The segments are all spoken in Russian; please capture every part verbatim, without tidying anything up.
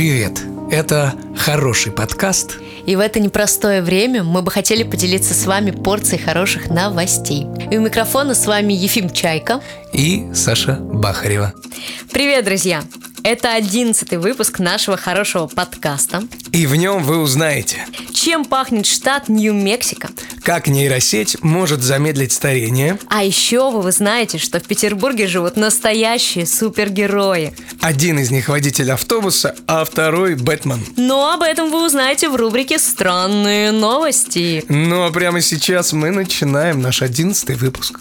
Привет! Это хороший подкаст. И в это непростое время мы бы хотели поделиться с вами порцией хороших новостей. И у микрофона с вами Ефим Чайка и Саша Бахарева. Привет, друзья! Это одиннадцатый выпуск нашего хорошего подкаста. И в нем вы узнаете, чем пахнет штат Нью-Мексико, как нейросеть может замедлить старение, а еще вы узнаете, что в Петербурге живут настоящие супергерои. Один из них водитель автобуса, а второй Бэтмен. Но об этом вы узнаете в рубрике «Странные новости». Ну а прямо сейчас мы начинаем наш одиннадцатый выпуск.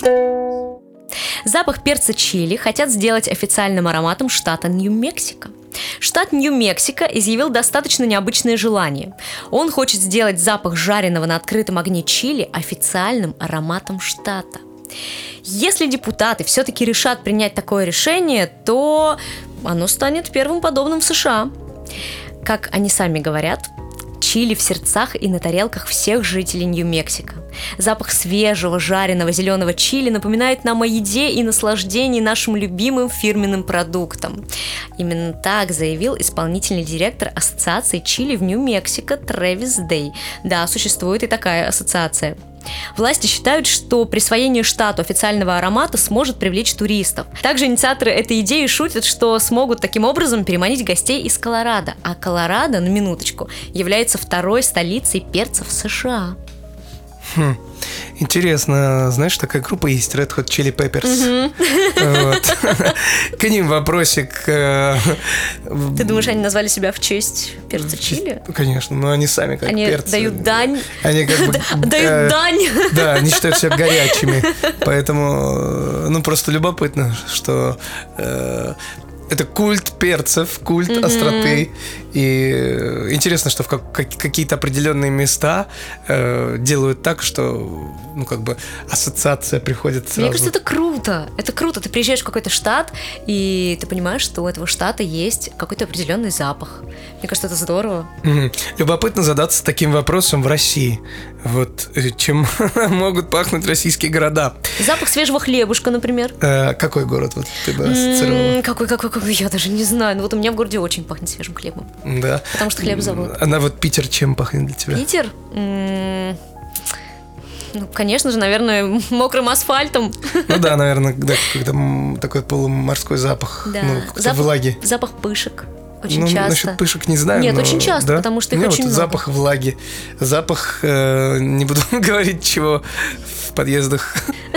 Запах перца чили хотят сделать официальным ароматом штата Нью-Мексико. Штат Нью-Мексико изъявил достаточно необычное желание. Он хочет сделать запах жареного на открытом огне чили официальным ароматом штата. Если депутаты все-таки решат принять такое решение, то оно станет первым подобным в США. Как они сами говорят, чили в сердцах и на тарелках всех жителей Нью-Мексико. Запах свежего, жареного зеленого чили напоминает нам о еде и наслаждении нашим любимым фирменным продуктом. Именно так заявил исполнительный директор Ассоциации чили в Нью-Мексико Трэвис Дэй. Да, существует и такая ассоциация. Власти считают, что присвоение штату официального аромата сможет привлечь туристов. Также инициаторы этой идеи шутят, что смогут таким образом переманить гостей из Колорадо. А Колорадо, на минуточку, является второй столицей перца в США. Хм. Интересно, знаешь, такая группа есть, Red Hot Chili Peppers. Вот. К ним вопросик. Ты думаешь, они назвали себя в честь перца чили? Конечно, но они сами как они перцы. Они дают дань. Они как бы... Дают дань. Да, они считают себя горячими. Поэтому, ну, просто любопытно, что... Это культ перцев, культ mm-hmm. остроты. И интересно, что в как- какие-то определенные места э, делают так, что ну, как бы ассоциация приходит сразу. Мне кажется, это круто. Это круто. Ты приезжаешь в какой-то штат, и ты понимаешь, что у этого штата есть какой-то определенный запах. Мне кажется, это здорово. Mm-hmm. Любопытно задаться таким вопросом в России. Вот чем могут пахнуть российские города. Запах свежего хлебушка, например. Э, какой город вот ты бы ассоциировала? Mm, какой, какой, какой? Я даже не знаю. Ну вот у меня в городе очень пахнет свежим хлебом. Да. Потому что хлебозавод. А вот Питер чем пахнет для тебя? Питер? М-м- ну, конечно же, наверное, мокрым асфальтом. Ну да, наверное, да, когда такой полуморской запах. Да. Ну, запах, влаги. Запах пышек. Очень ну, часто. Насчет пышек не знаю. Нет, но, очень часто, да? потому что их Мне очень вот много. Запах влаги. Запах, э, не буду говорить чего, в подъездах.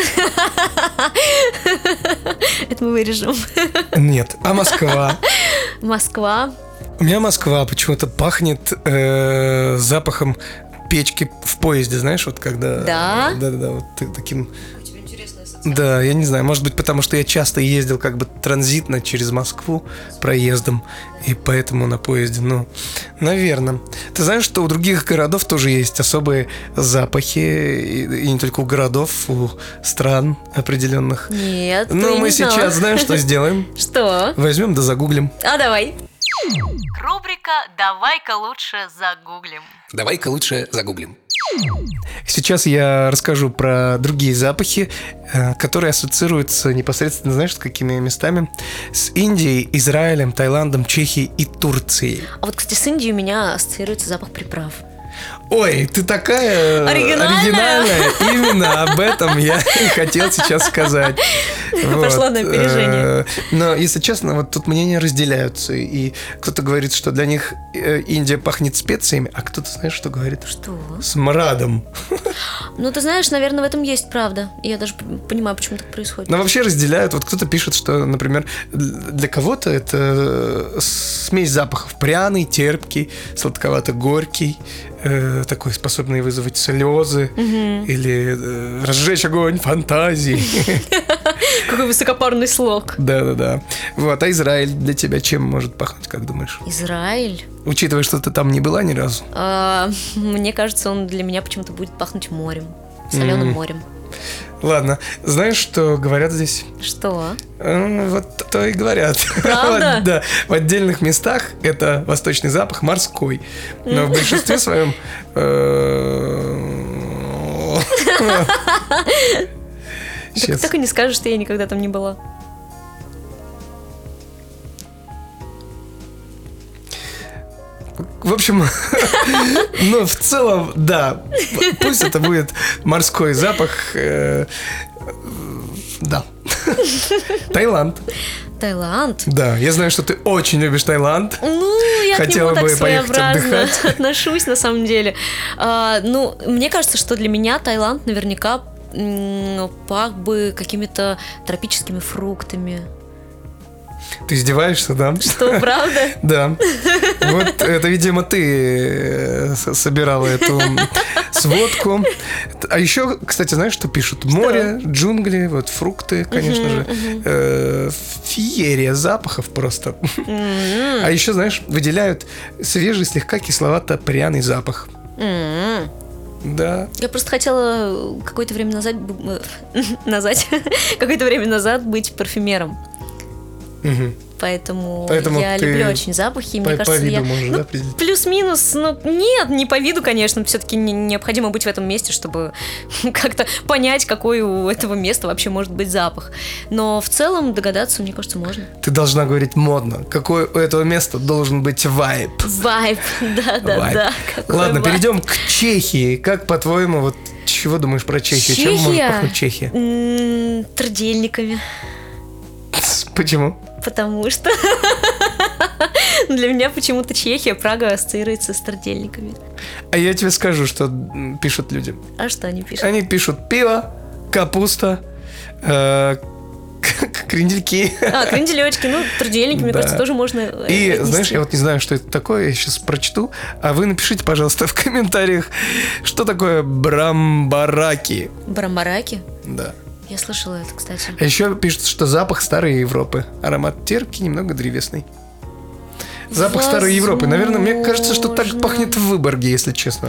Это мы вырежем. Нет, а Москва? Москва. У меня Москва почему-то пахнет э, запахом печки в поезде, знаешь, вот когда... Да? Да-да-да, вот таким... Да, я не знаю, может быть, потому что я часто ездил как бы транзитно через Москву проездом, и поэтому на поезде, ну, наверное. Ты знаешь, что у других городов тоже есть особые запахи, и, и не только у городов, у стран определенных. Нет, Ну, мы не сейчас, знала. знаешь, что сделаем? Что? Возьмем да загуглим. А давай. Рубрика «Давай-ка лучше загуглим». Давай-ка лучше загуглим. Сейчас я расскажу про другие запахи, которые ассоциируются непосредственно, знаешь, с какими местами? С Индией, Израилем, Таиландом, Чехией и Турцией. А вот, кстати, с Индией у меня ассоциируется запах приправ. Ой, ты такая оригинальная. оригинальная. Именно об этом я и хотел сейчас сказать. Пошла на опережение. Но, если честно, вот тут мнения разделяются. И кто-то говорит, что для них Индия пахнет специями, а кто-то, знаешь, что говорит? Что? Смрадом. Ну, ты знаешь, наверное, в этом есть правда. Я даже понимаю, почему так происходит. Но вообще разделяют. Вот кто-то пишет, что, например, для кого-то это смесь запахов: пряный, терпкий, сладковато-горький, э, такой, способный вызвать слезы, угу. или э, разжечь огонь фантазии. Какой высокопарный слог. Да-да-да. Вот, а Израиль для тебя чем может пахнуть, как думаешь? Израиль? Учитывая, что ты там не была ни разу. А, мне кажется, он для меня почему-то будет пахнуть морем. Соленым mm. морем. Ладно. Знаешь, что говорят здесь? Что? Э, вот то и говорят. Правда? Вот, да. В отдельных местах это восточный запах морской. Но в большинстве своем... Так, так и не скажешь, что я никогда там не была. в общем, ну, в целом, да, пусть это будет морской запах, э, да. Таиланд. Таиланд? Да, я знаю, что ты очень любишь Таиланд. Ну, я Хотела к нему бы так поехать своеобразно отдыхать. отношусь, на самом деле. А, ну, мне кажется, что для меня Таиланд наверняка м, пах бы какими-то тропическими фруктами. Ты издеваешься, да? Что, правда? Да. Вот это, видимо, ты собирала эту сводку. А еще, кстати, знаешь, что пишут? Море, джунгли, вот фрукты, конечно же. Э, Феерия запахов просто. А еще, знаешь, выделяют свежий, слегка кисловато-пряный запах. Да. Я просто хотела какое-то время назад, назад какое-то время назад быть парфюмером. Угу. Поэтому, Поэтому я люблю очень запахи. По, мне кажется, по виду я... можешь, ну, да, определить? Плюс-минус, ну, нет, не по виду, конечно. Все-таки не, необходимо быть в этом месте, чтобы как-то понять, какой у этого места вообще может быть запах. Но в целом догадаться, мне кажется, можно. Ты должна говорить модно. Какой у этого места должен быть вайб? Вайб, да-да-да. Ладно, вайб. Перейдем к Чехии. Как, по-твоему, вот чего думаешь про Чехию? Чехия? Чем может пахнуть Чехия? М-м, трудельниками. Почему? Потому что для меня почему-то Чехия, Прага ассоциируется с трудельниками. А я тебе скажу, что пишут люди. А что они пишут? Они пишут пиво, капуста, э, крендельки. А, кренделечки, ну, трудельники, мне да. кажется, тоже можно И, отнести. Знаешь, я вот не знаю, что это такое, я сейчас прочту, а вы напишите, пожалуйста, в комментариях, что такое брамбараки. Брамбараки? Да. Я слышала это, кстати. А еще пишут, что запах старой Европы. Аромат терпкий, немного древесный. Запах Возможно. Старой Европы. Наверное, мне кажется, что так пахнет в Выборге, если честно.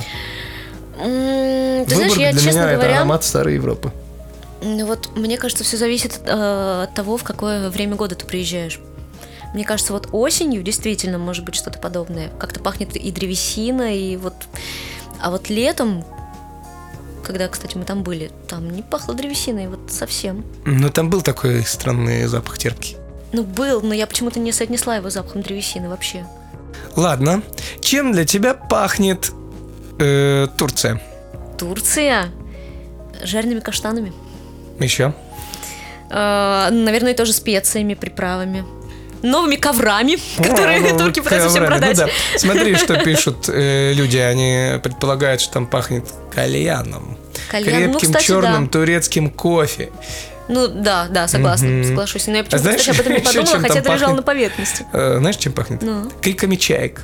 Mm, ты Выборг знаешь, я, для честно меня говоря, это аромат Старой Европы. Вот мне кажется, все зависит э, от того, в какое время года ты приезжаешь. Мне кажется, вот осенью действительно может быть что-то подобное. Как-то пахнет и древесина, и вот... А вот летом, когда, кстати, мы там были, там не пахло древесиной, вот совсем. Ну, там был такой странный запах терпкий. Ну, был, но я почему-то не соотнесла его с запахом древесины вообще. Ладно. Чем для тебя пахнет э, Турция? Турция? Жареными каштанами. Еще? Э, наверное, тоже специями, приправами. Новыми коврами, которые О, турки пытаются всем продать. Ну, да. Смотри, что пишут э, люди. Они предполагают, что там пахнет кальяном. Кальян. Крепким Ну, кстати, черным да. турецким кофе. Ну да, да, согласна, mm-hmm. соглашусь. Но я почему-то, а знаешь, кстати, об этом не подумала, хотя это лежало на поверхности. Э, знаешь, чем пахнет? Ну. Криками чаек.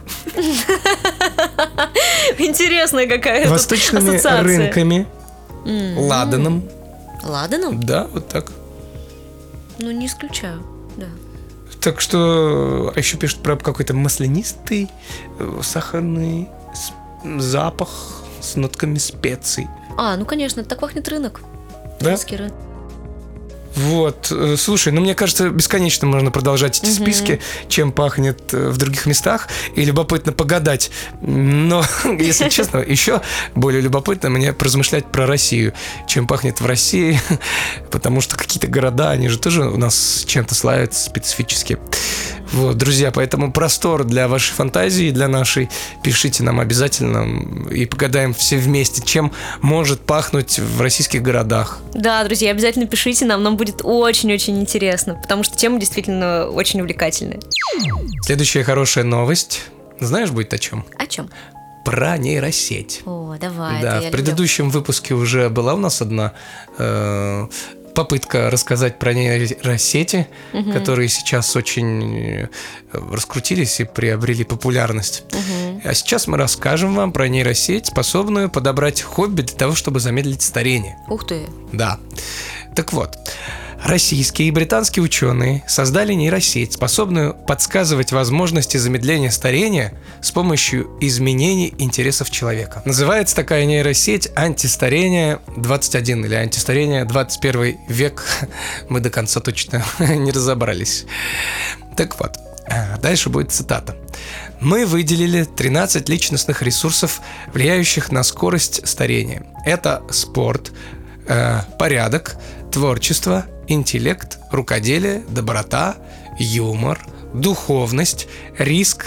Интересная какая-то восточными ассоциация. Рынками. Ладаном. Ладаном? Да, вот так. Ну, не исключаю, да. Так что, а еще пишут про какой-то маслянистый, сахарный запах с нотками специй. А, ну, конечно, так пахнет рынок. Да? Русский рынок. Вот, слушай, ну мне кажется, бесконечно можно продолжать эти угу. списки, чем пахнет в других местах, и любопытно погадать. Но, если честно, еще более любопытно мне поразмышлять про Россию, чем пахнет в России, потому что какие-то города, они же тоже у нас чем-то славятся специфически. Вот, друзья, поэтому простор для вашей фантазии, для нашей. Пишите нам обязательно и погадаем все вместе, чем может пахнуть в российских городах. Да, друзья, обязательно пишите нам, нам будет очень-очень интересно, потому что тема действительно очень увлекательная. Следующая хорошая новость. Знаешь, будет о чем? О чем? Про нейросеть. О, давай. Да, в предыдущем люблю. выпуске уже была у нас одна э, попытка рассказать про нейросети, угу. которые сейчас очень раскрутились и приобрели популярность. Угу. А сейчас мы расскажем вам про нейросеть, способную подобрать хобби для того, чтобы замедлить старение. Ух ты! Да. Так вот, российские и британские ученые создали нейросеть, способную подсказывать возможности замедления старения с помощью изменений интересов человека. Называется такая нейросеть «Антистарение двадцать один» или «Антистарение двадцать первый век». Мы до конца точно не разобрались. Так вот, дальше будет цитата. «Мы выделили тринадцать личностных ресурсов, влияющих на скорость старения. Это спорт, э, порядок, творчество, интеллект, рукоделие, доброта, юмор, духовность, риск,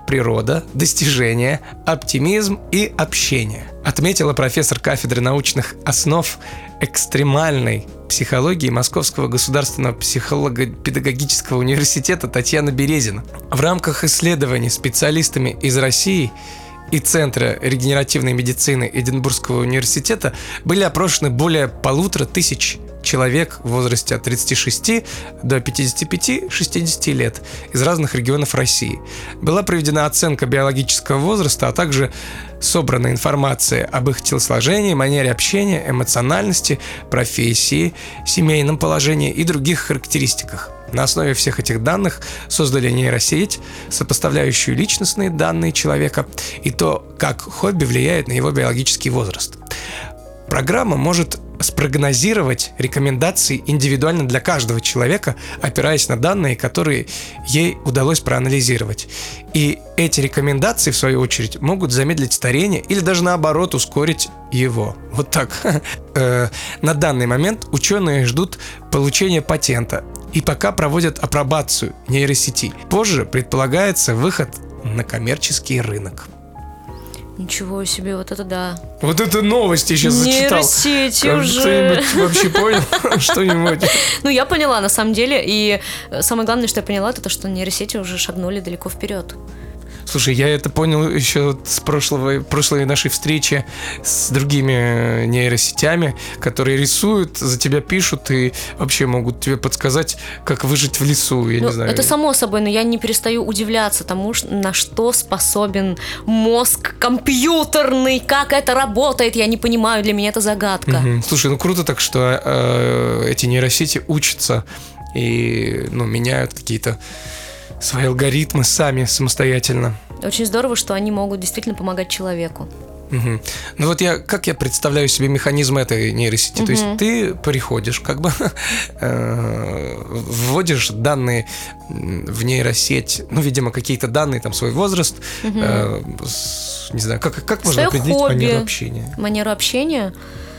природа, достижения, оптимизм и общение, отметила профессор кафедры научных основ экстремальной психологии Московского государственного психолого-педагогического университета Татьяна Березина. В рамках исследований специалистами из России и Центра регенеративной медицины Эдинбургского университета были опрошены более полутора тысяч человек в возрасте от тридцати шести до пятидесяти пяти - шестидесяти лет из разных регионов России. Была проведена оценка биологического возраста, а также собрана информация об их телосложении, манере общения, эмоциональности, профессии, семейном положении и других характеристиках. На основе всех этих данных создали нейросеть, сопоставляющую личностные данные человека и то, как хобби влияет на его биологический возраст. Программа может спрогнозировать рекомендации индивидуально для каждого человека, опираясь на данные, которые ей удалось проанализировать. И эти рекомендации, в свою очередь, могут замедлить старение или даже наоборот ускорить его. Вот так. На данный момент ученые ждут получения патента и пока проводят апробацию нейросети. Позже предполагается выход на коммерческий рынок. Ничего себе, вот это да. Вот это новости сейчас зачитал. Нейросети уже. Кто-нибудь вообще понял что-нибудь? Ну, я поняла, на самом деле. И самое главное, что я поняла, это то, что нейросети уже шагнули далеко вперед. Слушай, я это понял еще с прошлого, прошлой нашей встречи с другими нейросетями, которые рисуют, за тебя пишут и вообще могут тебе подсказать, как выжить в лесу, я ну, не знаю. Это само собой, но я не перестаю удивляться тому, на что способен мозг компьютерный, как это работает, я не понимаю, для меня это загадка. Угу. Слушай, ну круто так, что э, эти нейросети учатся и ну, меняют какие-то свои алгоритмы сами, самостоятельно. Очень здорово, что они могут действительно помогать человеку. Угу. Ну вот я, как я представляю себе механизм этой нейросети, угу. То есть ты приходишь, как бы вводишь данные в нейросеть, ну, видимо, какие-то данные, там, свой возраст, угу. э, с, не знаю, как, как можно определить хобби, манеру общения? Манеру общения?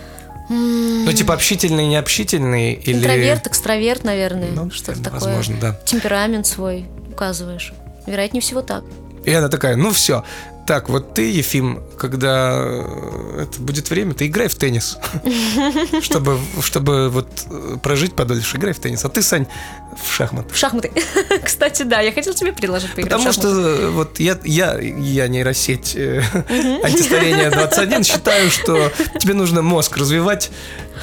Ну, типа общительный, необщительный или... Интроверт, экстраверт, наверное, ну, что-то такое. Возможно, да. Темперамент свой указываешь. Вероятнее всего так. И она такая, ну все, так, вот ты, Ефим, когда это будет время, ты играй в теннис. Чтобы, чтобы вот прожить подольше, играй в теннис. А ты, Сань, в шахматы. В шахматы. Кстати, да, я хотела тебе предложить поиграть Потому в шахматы. Потому что вот я, я, я нейросеть э, антистарение двадцать один считаю, что тебе нужно мозг развивать.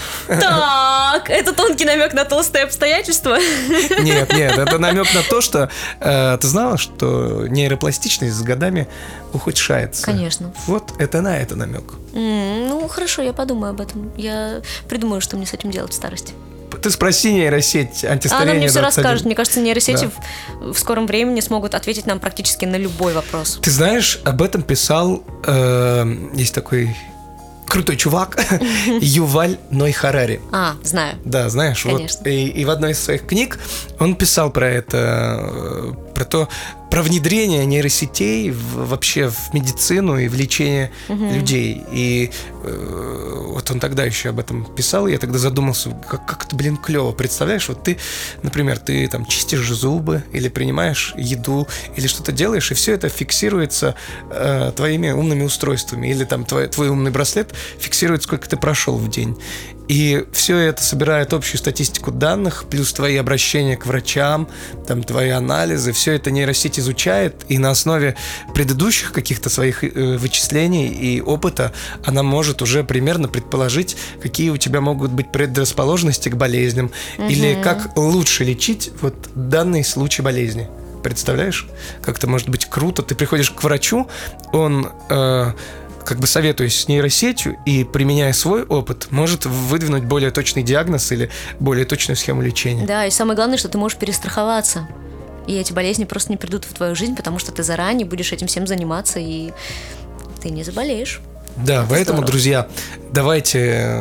Так, это тонкий намек на толстые обстоятельства? Нет, нет, это намек на то, что э, ты знала, что нейропластичность с годами ухудшается. Конечно. Вот это на это намек. Mm, ну, хорошо, я подумаю об этом. Я придумаю, что мне с этим делать в старости. Ты спроси нейросеть антистарение. Она мне все двадцать один. расскажет. Мне кажется, нейросети да. в, в скором времени смогут ответить нам практически на любой вопрос. Ты знаешь, об этом писал, э, есть такой крутой чувак, Юваль Ной Харари. А, знаю. Да, знаешь. Конечно. Вот, и, и в одной из своих книг он писал про это, про то, про внедрение нейросетей в, вообще в медицину и в лечение угу. людей. И э, вот он тогда еще об этом писал, и я тогда задумался, как, как это, блин, клево. Представляешь, вот ты, например, ты там чистишь зубы или принимаешь еду, или что-то делаешь, и все это фиксируется э, твоими умными устройствами. Или там твой, твой умный браслет фиксирует, сколько ты прошел в день. И все это собирает общую статистику данных, плюс твои обращения к врачам, там, твои анализы, все это нейросеть изучает, и на основе предыдущих каких-то своих э, вычислений и опыта она может уже примерно предположить, какие у тебя могут быть предрасположенности к болезням, угу. или как лучше лечить вот данный случай болезни. Представляешь? Как это может быть круто. Ты приходишь к врачу, он... Э, как бы советуясь с нейросетью и применяя свой опыт, может выдвинуть более точный диагноз или более точную схему лечения. Да, и самое главное, что ты можешь перестраховаться. И эти болезни просто не придут в твою жизнь, потому что ты заранее будешь этим всем заниматься, и ты не заболеешь. Да, это поэтому, здорово. Друзья, давайте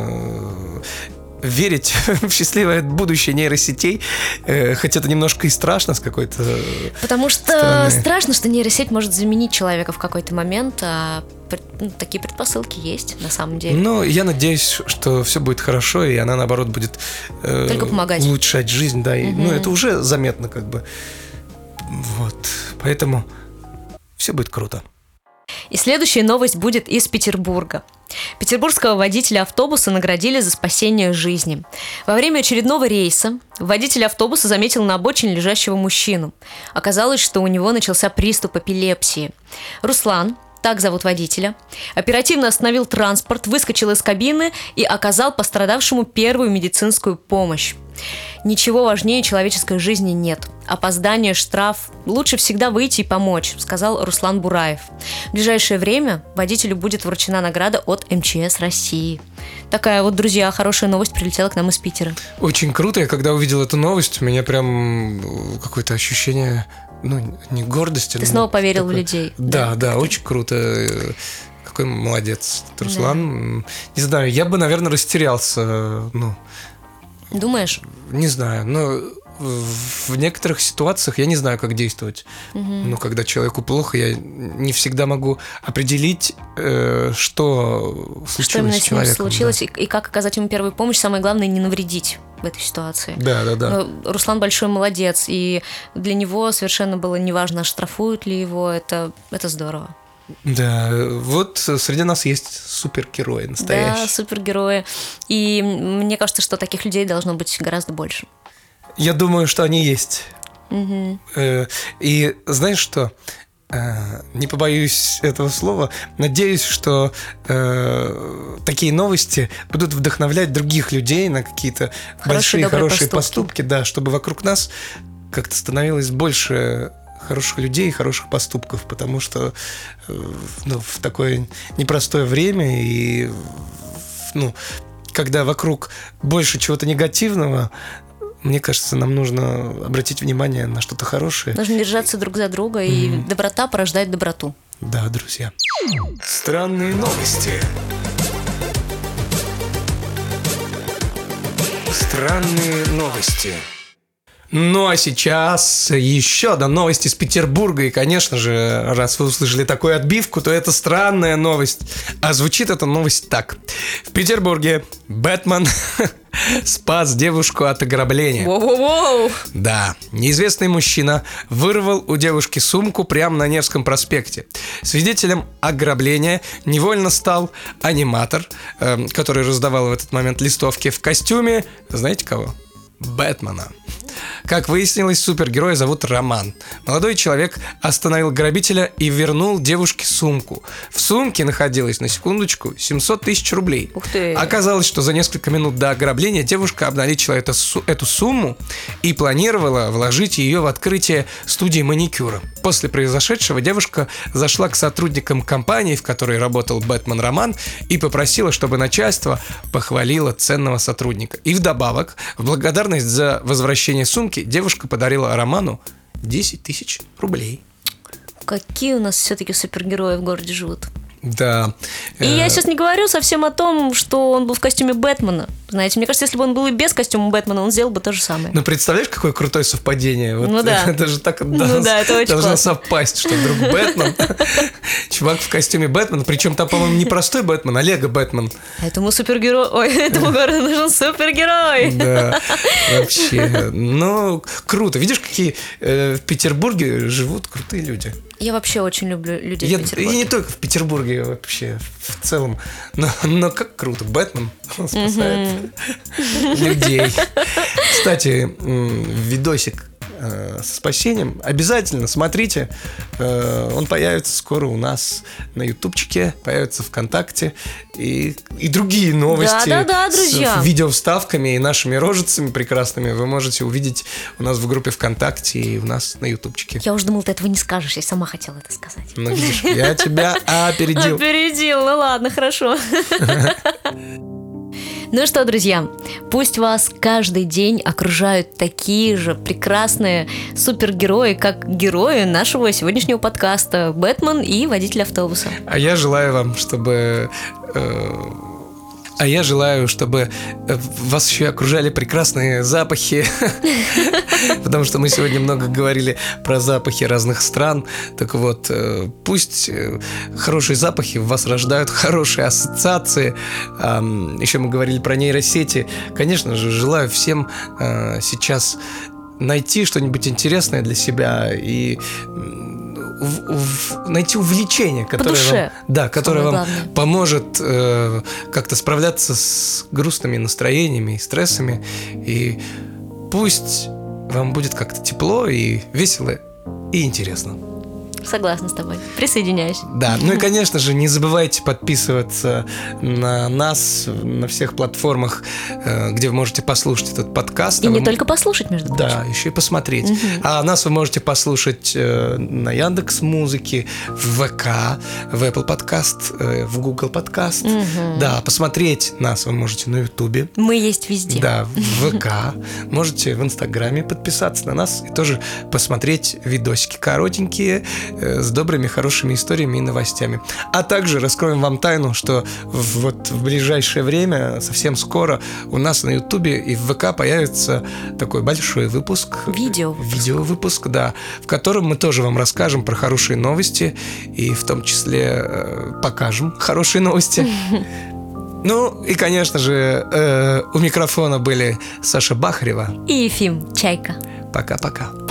верить в счастливое будущее нейросетей, хоть это немножко и страшно с какой-то Потому что стороны. Страшно, что нейросеть может заменить человека в какой-то момент, а ну, такие предпосылки есть на самом деле. Ну, я надеюсь, что все будет хорошо, и она, наоборот, будет э, Только помогать. улучшать жизнь, да, и, угу. ну, это уже заметно, как бы. Вот, поэтому все будет круто. И следующая новость будет из Петербурга. Петербургского водителя автобуса наградили за спасение жизни. Во время очередного рейса водитель автобуса заметил на обочине лежащего мужчину. Оказалось, что у него начался приступ эпилепсии. Руслан, так зовут водителя, оперативно остановил транспорт, выскочил из кабины и оказал пострадавшему первую медицинскую помощь. Ничего важнее человеческой жизни нет. Опоздание, штраф. Лучше всегда выйти и помочь, сказал Руслан Бураев. В ближайшее время водителю будет вручена награда от эм че эс России. Такая вот, друзья, хорошая новость прилетела к нам из Питера. Очень круто. Я когда увидел эту новость, у меня прям какое-то ощущение, ну, не гордости. Ты снова поверил такое... в людей. Да, да, да, очень круто. Какой молодец Руслан. Да. Не знаю, я бы, наверное, растерялся, ну... Думаешь? Не знаю, но в некоторых ситуациях я не знаю, как действовать. Угу. Ну, когда человеку плохо, я не всегда могу определить, э, что случилось что именно с человеком. Что случилось, да. и, и как оказать ему первую помощь. Самое главное, не навредить в этой ситуации. Да, да, да. Но Руслан большой молодец, и для него совершенно было неважно, штрафуют ли его, это, это здорово. Да, вот среди нас есть супергерои настоящие. Да, супергерои. И мне кажется, что таких людей должно быть гораздо больше. Я думаю, что они есть. Угу. И знаешь что? Не побоюсь этого слова. Надеюсь, что э, такие новости будут вдохновлять других людей на какие-то хорошие, большие, хорошие поступки. поступки, да, чтобы вокруг нас как-то становилось больше хороших людей и хороших поступков, потому что ну, в такое непростое время и ну, когда вокруг больше чего-то негативного, мне кажется, нам нужно обратить внимание на что-то хорошее. Нужно держаться друг за друга, и mm-hmm. доброта порождает доброту. Да, друзья. Странные новости. Странные новости. Ну а сейчас еще одна новость из Петербурга. И, конечно же, раз вы услышали такую отбивку, то это странная новость. А звучит эта новость так. В Петербурге Бэтмен спас девушку от ограбления. Воу-воу-воу! Да, неизвестный мужчина вырвал у девушки сумку прямо на Невском проспекте. Свидетелем ограбления невольно стал аниматор, э, который раздавал в этот момент листовки в костюме, знаете кого? Бэтмена. Как выяснилось, супергероя зовут Роман. Молодой человек остановил грабителя и вернул девушке сумку. В сумке находилось, на секундочку, семьсот тысяч рублей. Ух ты. Оказалось, что за несколько минут до ограбления девушка обналичила это, эту сумму и планировала вложить ее в открытие студии маникюра. После произошедшего девушка зашла к сотрудникам компании, в которой работал Бэтмен Роман, и попросила, чтобы начальство похвалило ценного сотрудника. И вдобавок, в благодарность за возвращение сумки, девушка подарила Роману десять тысяч рублей. Какие у нас все-таки супергерои в городе живут. Да. И я сейчас не говорю совсем о том, что он был в костюме Бэтмена. Знаете, мне кажется, если бы он был и без костюма Бэтмена, он сделал бы то же самое. Ну, представляешь, какое крутое совпадение? Вот ну да. Это же так ну, да, это очень должно классно. совпасть, что вдруг Бэтмен, чувак в костюме Бэтмена, причем там, по-моему, не простой Бэтмен, а Лего Бэтмен. Этому супергерою, ой, этому городу нужен супергерой. Да, вообще. Ну, круто. Видишь, какие э, в Петербурге живут крутые люди. Я вообще очень люблю людей Я, в Петербурге. И не только в Петербурге, вообще в целом. Но, но как круто, Бэтмен спасает mm-hmm. людей. Кстати, видосик со спасением обязательно смотрите. Он появится скоро у нас на ютубчике, появится ВКонтакте. И, и другие новости да, да, да, друзья. С видеовставками и нашими рожицами прекрасными вы можете увидеть у нас в группе ВКонтакте и у нас на ютубчике. Я уже думала, ты этого не скажешь, я сама хотела это сказать. Ну, видишь, я тебя опередил. Опередил, ну ладно, хорошо. Ну что, друзья, пусть вас каждый день окружают такие же прекрасные супергерои, как герои нашего сегодняшнего подкаста Бэтмен и водитель автобуса. А я желаю вам, чтобы... Э, а я желаю, чтобы вас еще окружали прекрасные запахи, потому что мы сегодня много говорили про запахи разных стран. Так вот, пусть хорошие запахи в вас рождают хорошие ассоциации. Еще мы говорили про нейросети. Конечно же, желаю всем сейчас найти что-нибудь интересное для себя и в, в, найти увлечение, которое вам, да, которое вам поможет э, как-то справляться с грустными настроениями и стрессами. И пусть вам будет как-то тепло и весело и интересно. Согласна с тобой. Присоединяюсь. Да, ну и, конечно же, не забывайте подписываться на нас на всех платформах, где вы можете послушать этот подкаст. И а не вы... только послушать, между прочим. Да, еще и посмотреть. Угу. А нас вы можете послушать на Яндекс.Музыке, в ВК, в Apple Podcast, в Google Podcast. Угу. Да, посмотреть нас вы можете на Ютубе. Мы есть везде. Да, в ВК. Можете в Инстаграме подписаться на нас и тоже посмотреть видосики коротенькие, с добрыми, хорошими историями и новостями. А также раскроем вам тайну, что вот в ближайшее время, совсем скоро, у нас на Ютубе и в ВК появится такой большой выпуск. Видеовыпуск. Видеовыпуск, да, в котором мы тоже вам расскажем про хорошие новости и в том числе э, покажем хорошие новости. Ну и, конечно же, э, у микрофона были Саша Бахарева и Ефим Чайка. Пока-пока.